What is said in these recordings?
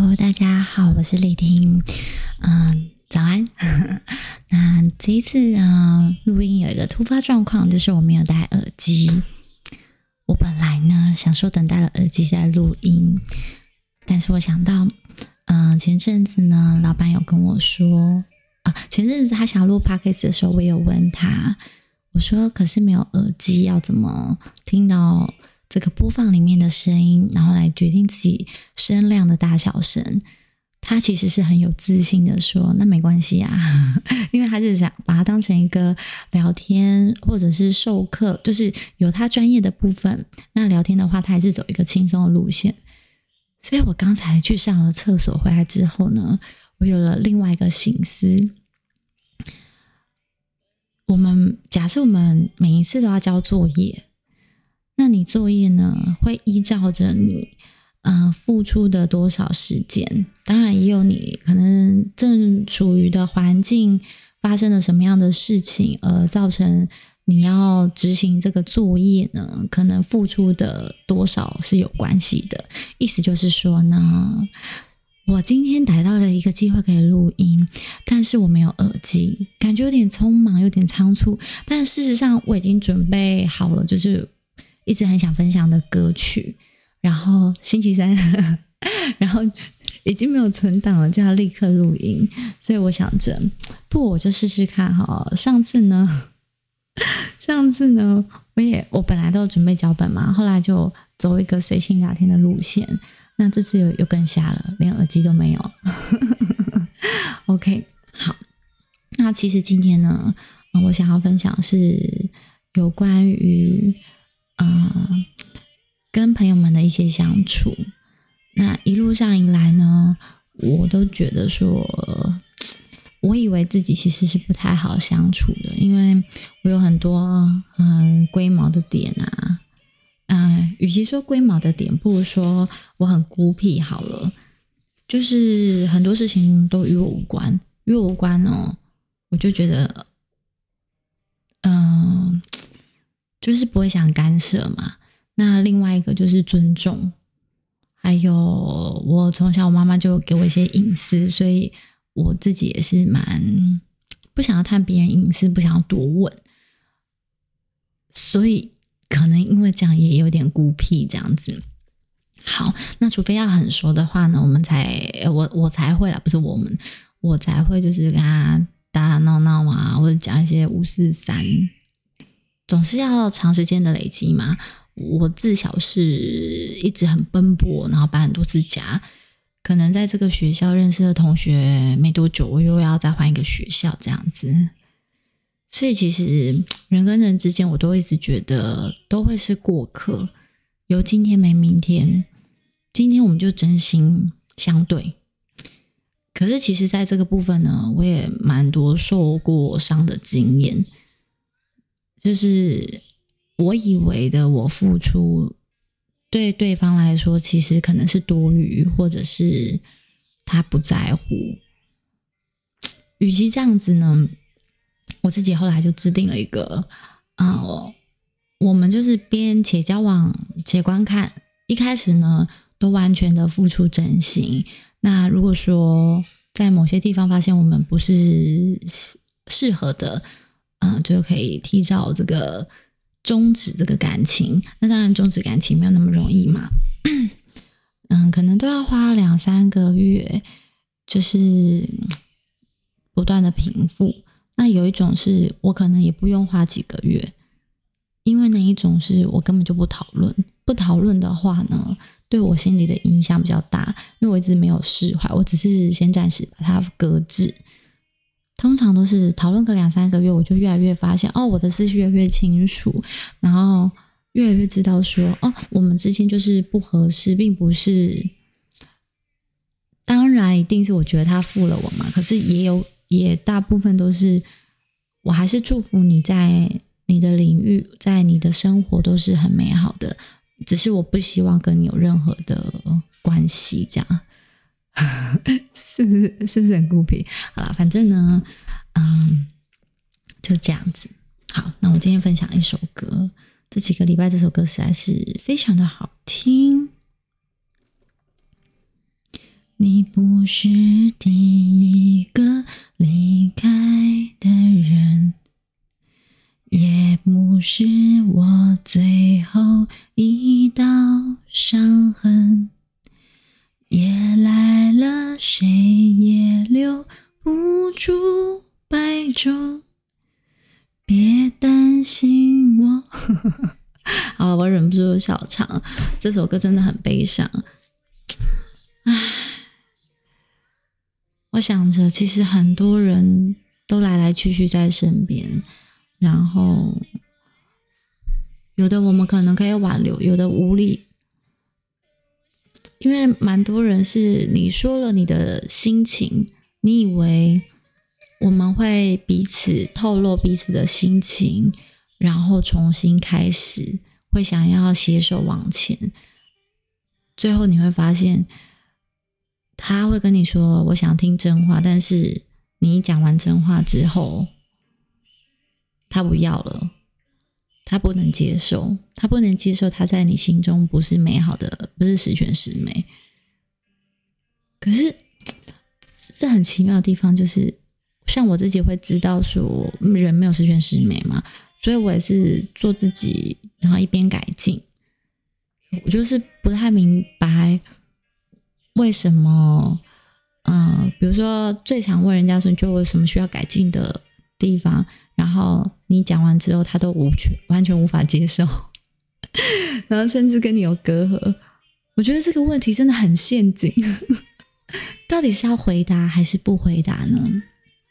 Hello， 大家好，我是丽婷，早安。那这一次录音有一个突发状况，就是我没有戴耳机。我本来呢想说等戴了耳机再录音，但是我想到，前阵子呢，老板有跟我说，前阵子他想录 Podcast 的时候，我有问他，我说可是没有耳机，要怎么听到这个播放里面的声音，然后来决定自己声量的大小声。他其实是很有自信的说，那没关系啊，因为他是想把它当成一个聊天或者是授课，就是有他专业的部分，那聊天的话他还是走一个轻松的路线。所以我刚才去上了厕所回来之后呢，我有了另外一个省思。假设我们每一次都要交作业，那你作业呢会依照着你付出的多少时间，当然也有你可能正处于的环境发生了什么样的事情而造成你要执行这个作业呢，可能付出的多少是有关系的。意思就是说呢，我今天逮到了一个机会可以录音，但是我没有耳机，感觉有点匆忙，有点仓促，但事实上我已经准备好了，就是一直很想分享的歌曲，然后星期三然后已经没有存档了，就要立刻录音。所以我想着我就试试看好了。上次呢我本来都有准备脚本嘛，后来就走一个随性聊天的路线，那这次又更瞎了，连耳机都没有。OK， 好，那其实今天呢，我想要分享是有关于跟朋友们的一些相处。那一路上以来呢，我都觉得说，我以为自己其实是不太好相处的，因为我有很多很龟毛的点啊。与其说龟毛的点，不如说我很孤僻好了。就是很多事情都与我无关，我就觉得就是不会想干涉嘛。那另外一个就是尊重，还有我从小我妈妈就给我一些隐私，所以我自己也是蛮不想要探别人隐私，不想要多问，所以可能因为这样也有点孤僻这样子。好，那除非要很熟的话呢，我才会啦，不是我才会就是跟他打打闹闹啊，或者讲一些543，总是要长时间的累积嘛。我自小是一直很奔波，然后搬很多次家，可能在这个学校认识的同学没多久，我又要再换一个学校这样子。所以其实人跟人之间，我都一直觉得都会是过客，有今天没明天，今天我们就真心相对。可是其实在这个部分呢，我也蛮多受过伤的经验，就是我以为的我付出对对方来说其实可能是多余，或者是他不在乎。与其这样子呢，我自己后来就制定了一个我们就是边且交往且观看，一开始呢都完全的付出真心。那如果说在某些地方发现我们不是适合的，就可以提早这个终止这个感情。那当然终止感情没有那么容易嘛，可能都要花2-3个月，就是不断的平复。那有一种是我可能也不用花几个月，因为那一种是我根本就不讨论的话呢，对我心里的影响比较大，因为我一直没有释怀，我只是先暂时把它搁置。通常都是讨论个2-3个月，我就越来越发现我的思绪越来越清楚，然后越来越知道说我们之间就是不合适，并不是，当然一定是我觉得他负了我嘛，可是也大部分都是我还是祝福你在你的领域，在你的生活都是很美好的，只是我不希望跟你有任何的关系这样。是不是很孤僻？好啦，反正呢就这样子。好，那我今天分享一首歌，这几个礼拜这首歌实在是非常的好听。 你不是第一个离开的人，也不是我最后一道伤痕，夜来了，谁也留不住白昼，别担心我好了，我忍不住小唱，这首歌真的很悲伤。唉，我想着其实很多人都来来去去在身边，然后有的我们可能可以挽留，有的无力，因为蛮多人是你说了你的心情，你以为我们会彼此透露彼此的心情，然后重新开始，会想要携手往前，最后你会发现他会跟你说我想听真话，但是你讲完真话之后他不要了，他不能接受，他在你心中不是美好的，不是十全十美。可是这很奇妙的地方就是像我自己会知道说人没有十全十美嘛，所以我也是做自己，然后一边改进。我就是不太明白为什么比如说最常问人家说你觉得我有什么需要改进的地方，然后你讲完之后他都完全无法接受然后甚至跟你有隔阂。我觉得这个问题真的很陷阱到底是要回答还是不回答呢？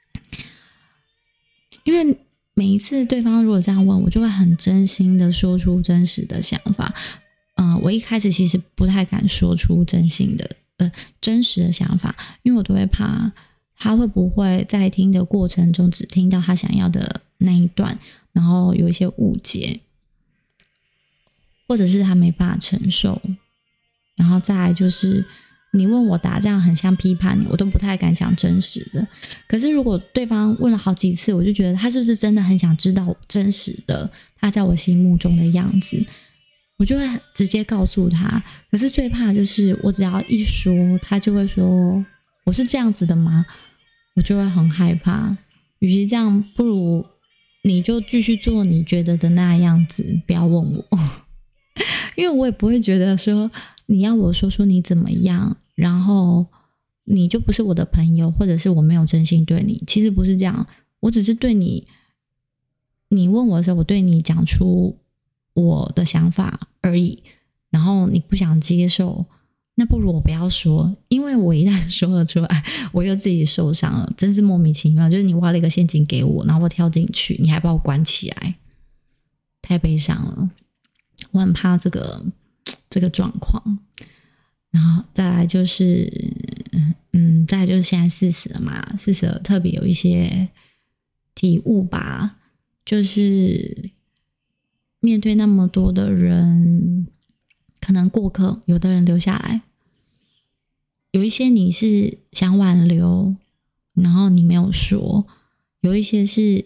因为每一次对方如果这样问我，就会很真心的说出真实的想法。我一开始其实不太敢说出真实的想法，因为我都会怕他会不会在听的过程中只听到他想要的那一段，然后有一些误解，或者是他没办法承受。然后再来就是你问我答，这样很像批判你，我都不太敢讲真实的。可是如果对方问了好几次，我就觉得他是不是真的很想知道真实的他在我心目中的样子，我就会直接告诉他。可是最怕就是我只要一说，他就会说我是这样子的吗？我就会很害怕。与其这样，不如你就继续做你觉得的那样子，不要问我因为我也不会觉得说你要我说出你怎么样，然后你就不是我的朋友，或者是我没有真心对你。其实不是这样，我只是对你问我的时候，我对你讲出我的想法而已，然后你不想接受，那不如我不要说。因为我一旦说了出来，我又自己受伤了，真是莫名其妙。就是你挖了一个陷阱给我，然后我跳进去，你还把我关起来，太悲伤了。我很怕这个状况。然后再来就是现在40了嘛，40了特别有一些体悟吧，就是面对那么多的人，可能过客，有的人留下来，有一些你是想挽留，然后你没有说，有一些是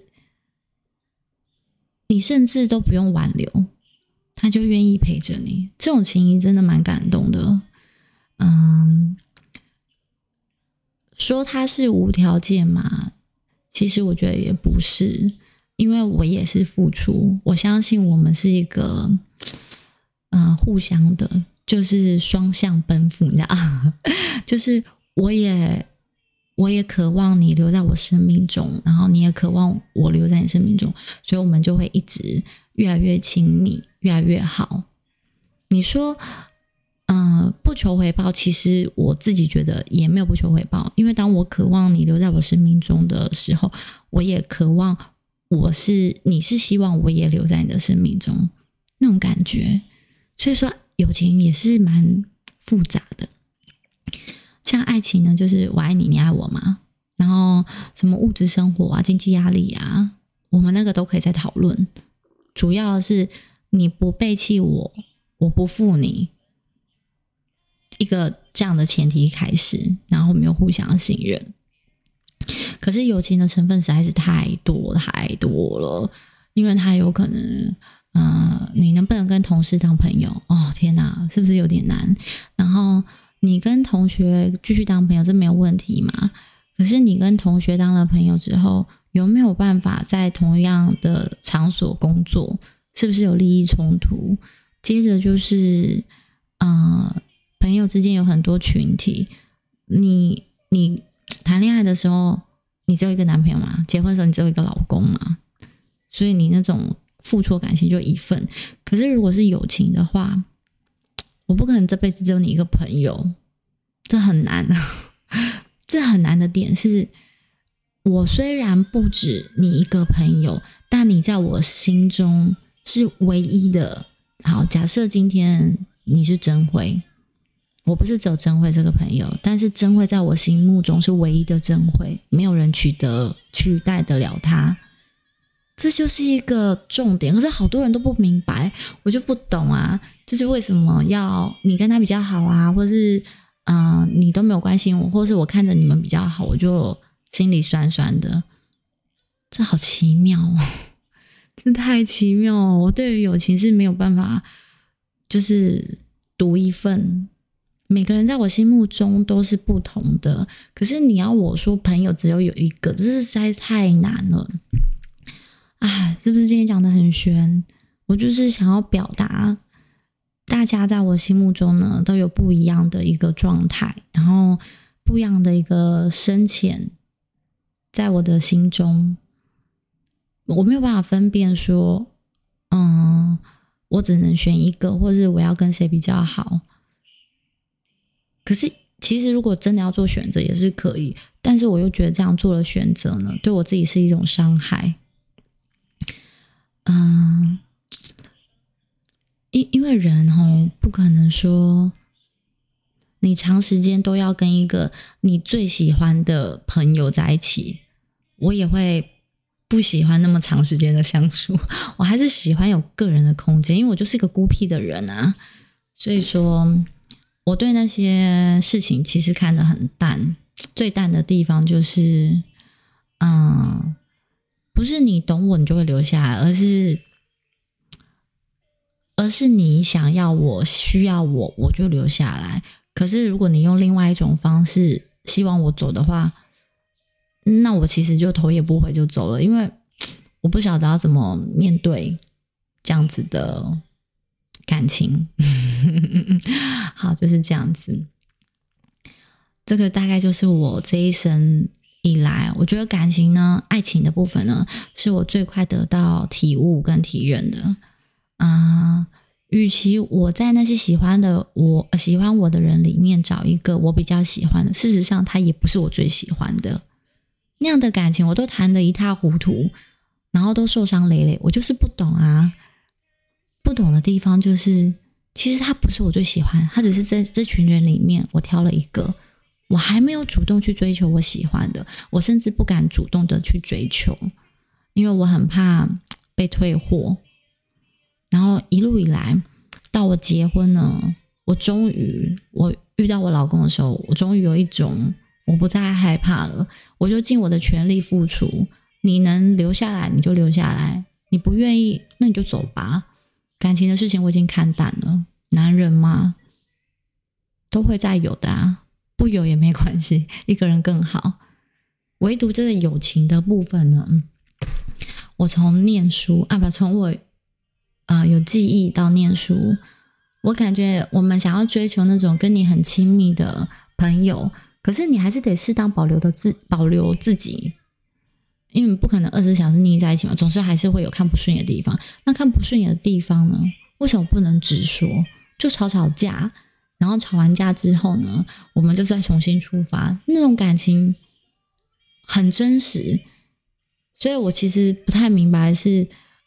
你甚至都不用挽留，他就愿意陪着你，这种情谊真的蛮感动的。说他是无条件嘛，其实我觉得也不是，因为我也是付出，我相信我们是一个互相的，就是双向奔赴，你知道就是我也渴望你留在我生命中，然后你也渴望我留在你生命中，所以我们就会一直越来越亲密，越来越好。你说不求回报，其实我自己觉得也没有不求回报，因为当我渴望你留在我生命中的时候，我也渴望你是希望我也留在你的生命中，那种感觉。所以说友情也是蛮复杂的。像爱情呢，就是我爱你，你爱我嘛，然后什么物质生活啊、经济压力啊，我们那个都可以再讨论。主要是你不背弃我，我不负你，一个这样的前提开始，然后我们又互相信任。可是友情的成分实在是太多了，因为它有可能你能不能跟同事当朋友？哦天哪，是不是有点难？然后你跟同学继续当朋友这没有问题嘛？可是你跟同学当了朋友之后，有没有办法在同样的场所工作？是不是有利益冲突？接着就是朋友之间有很多群体，你谈恋爱的时候你只有一个男朋友嘛，结婚的时候你只有一个老公嘛，所以你那种付出感情就一份。可是如果是友情的话，我不可能这辈子只有你一个朋友，这很难这很难的点是，我虽然不止你一个朋友，但你在我心中是唯一的。好，假设今天你是真慧，我不是只有真慧这个朋友，但是真慧在我心目中是唯一的真慧，没有人取代得了他，这就是一个重点。可是好多人都不明白，我就不懂啊，就是为什么要你跟他比较好啊，或是你都没有关心我，或是我看着你们比较好，我就心里酸酸的，这好奇妙哦，这太奇妙哦！我对于友情是没有办法，就是独一份。每个人在我心目中都是不同的，可是你要我说朋友只有一个，这是实在太难了。是不是今天讲的很玄？我就是想要表达，大家在我心目中呢都有不一样的一个状态，然后不一样的一个深浅，在我的心中，我没有办法分辨说，我只能选一个，或是我要跟谁比较好。可是其实如果真的要做选择也是可以，但是我又觉得这样做了选择呢，对我自己是一种伤害。因为人不可能说你长时间都要跟一个你最喜欢的朋友在一起，我也会不喜欢那么长时间的相处，我还是喜欢有个人的空间，因为我就是一个孤僻的人啊。所以说我对那些事情其实看得很淡，最淡的地方就是不是你懂我你就会留下来，而是你想要我需要我就留下来。可是如果你用另外一种方式希望我走的话，那我其实就头也不回就走了，因为我不晓得要怎么面对这样子的感情。好，就是这样子。这个大概就是我这一生以来，我觉得感情呢，爱情的部分呢，是我最快得到体悟跟体认的。与其我在那些喜欢我的人里面找一个我比较喜欢的，事实上他也不是我最喜欢的，那样的感情我都谈得一塌糊涂，然后都受伤累累。我就是不懂啊，不懂的地方就是其实他不是我最喜欢，他只是在这群人里面我挑了一个，我还没有主动去追求我喜欢的，我甚至不敢主动的去追求，因为我很怕被退货。然后一路以来到我结婚呢，我遇到我老公的时候，我终于有一种我不再害怕了，我就尽我的全力付出，你能留下来你就留下来，你不愿意那你就走吧。感情的事情我已经看淡了，男人嘛都会再有的啊，不有也没关系，一个人更好。唯独这个友情的部分呢，我从念书从我有记忆到念书，我感觉我们想要追求那种跟你很亲密的朋友，可是你还是得适当保留自己，因为不可能24小时腻在一起嘛，总是还是会有看不顺眼的地方。那看不顺眼的地方呢，为什么不能直说？就吵架，然后吵完架之后呢，我们就再重新出发，那种感情很真实。所以我其实不太明白是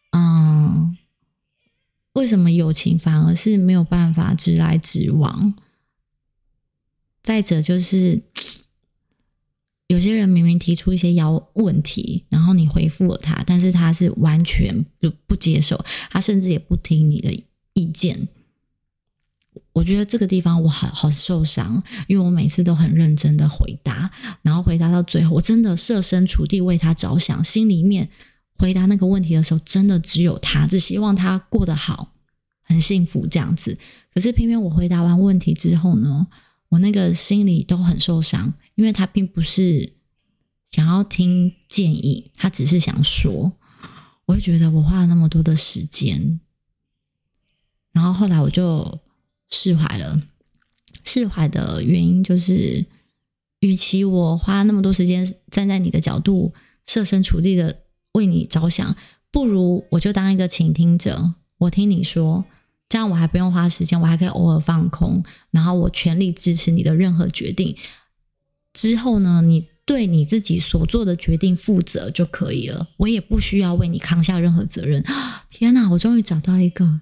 为什么友情反而是没有办法直来直往。再者就是有些人明明提出一些问题，然后你回复了他，但是他是完全不接受，他甚至也不听你的意见。我觉得这个地方我好受伤，因为我每次都很认真的回答，然后回答到最后我真的设身处地为他着想，心里面回答那个问题的时候真的只有他，只希望他过得好很幸福这样子。可是偏偏我回答完问题之后呢， 我那个心里都很受伤，因为他并不是想要听建议，他只是想说，我会觉得我花了那么多的时间，然后后来我就释怀了。释怀的原因就是，与其我花那么多时间站在你的角度设身处地的为你着想，不如我就当一个倾听者，我听你说，这样我还不用花时间，我还可以偶尔放空，然后我全力支持你的任何决定。之后呢，你对你自己所做的决定负责就可以了，我也不需要为你扛下任何责任。天哪，我终于找到一个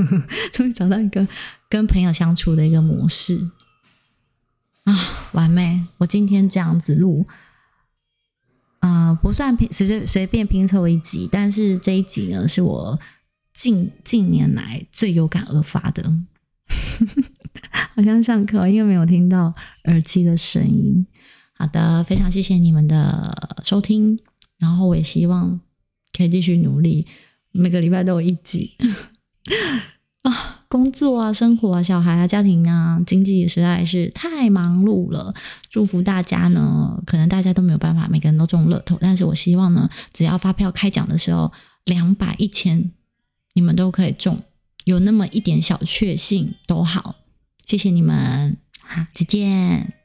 跟朋友相处的一个模式啊，完美！我今天这样子录，不算随便拼凑一集，但是这一集呢，是我近年来最有感而发的。好像上课，因为没有听到耳机的声音。好的，非常谢谢你们的收听，然后我也希望可以继续努力，每个礼拜都有一集。工作啊，生活啊，小孩啊，家庭啊，经济实在是太忙碌了。祝福大家呢，可能大家都没有办法每个人都中乐透，但是我希望呢，只要发票开奖的时候200、1000你们都可以中，有那么一点小确幸都好。谢谢你们，好，再见。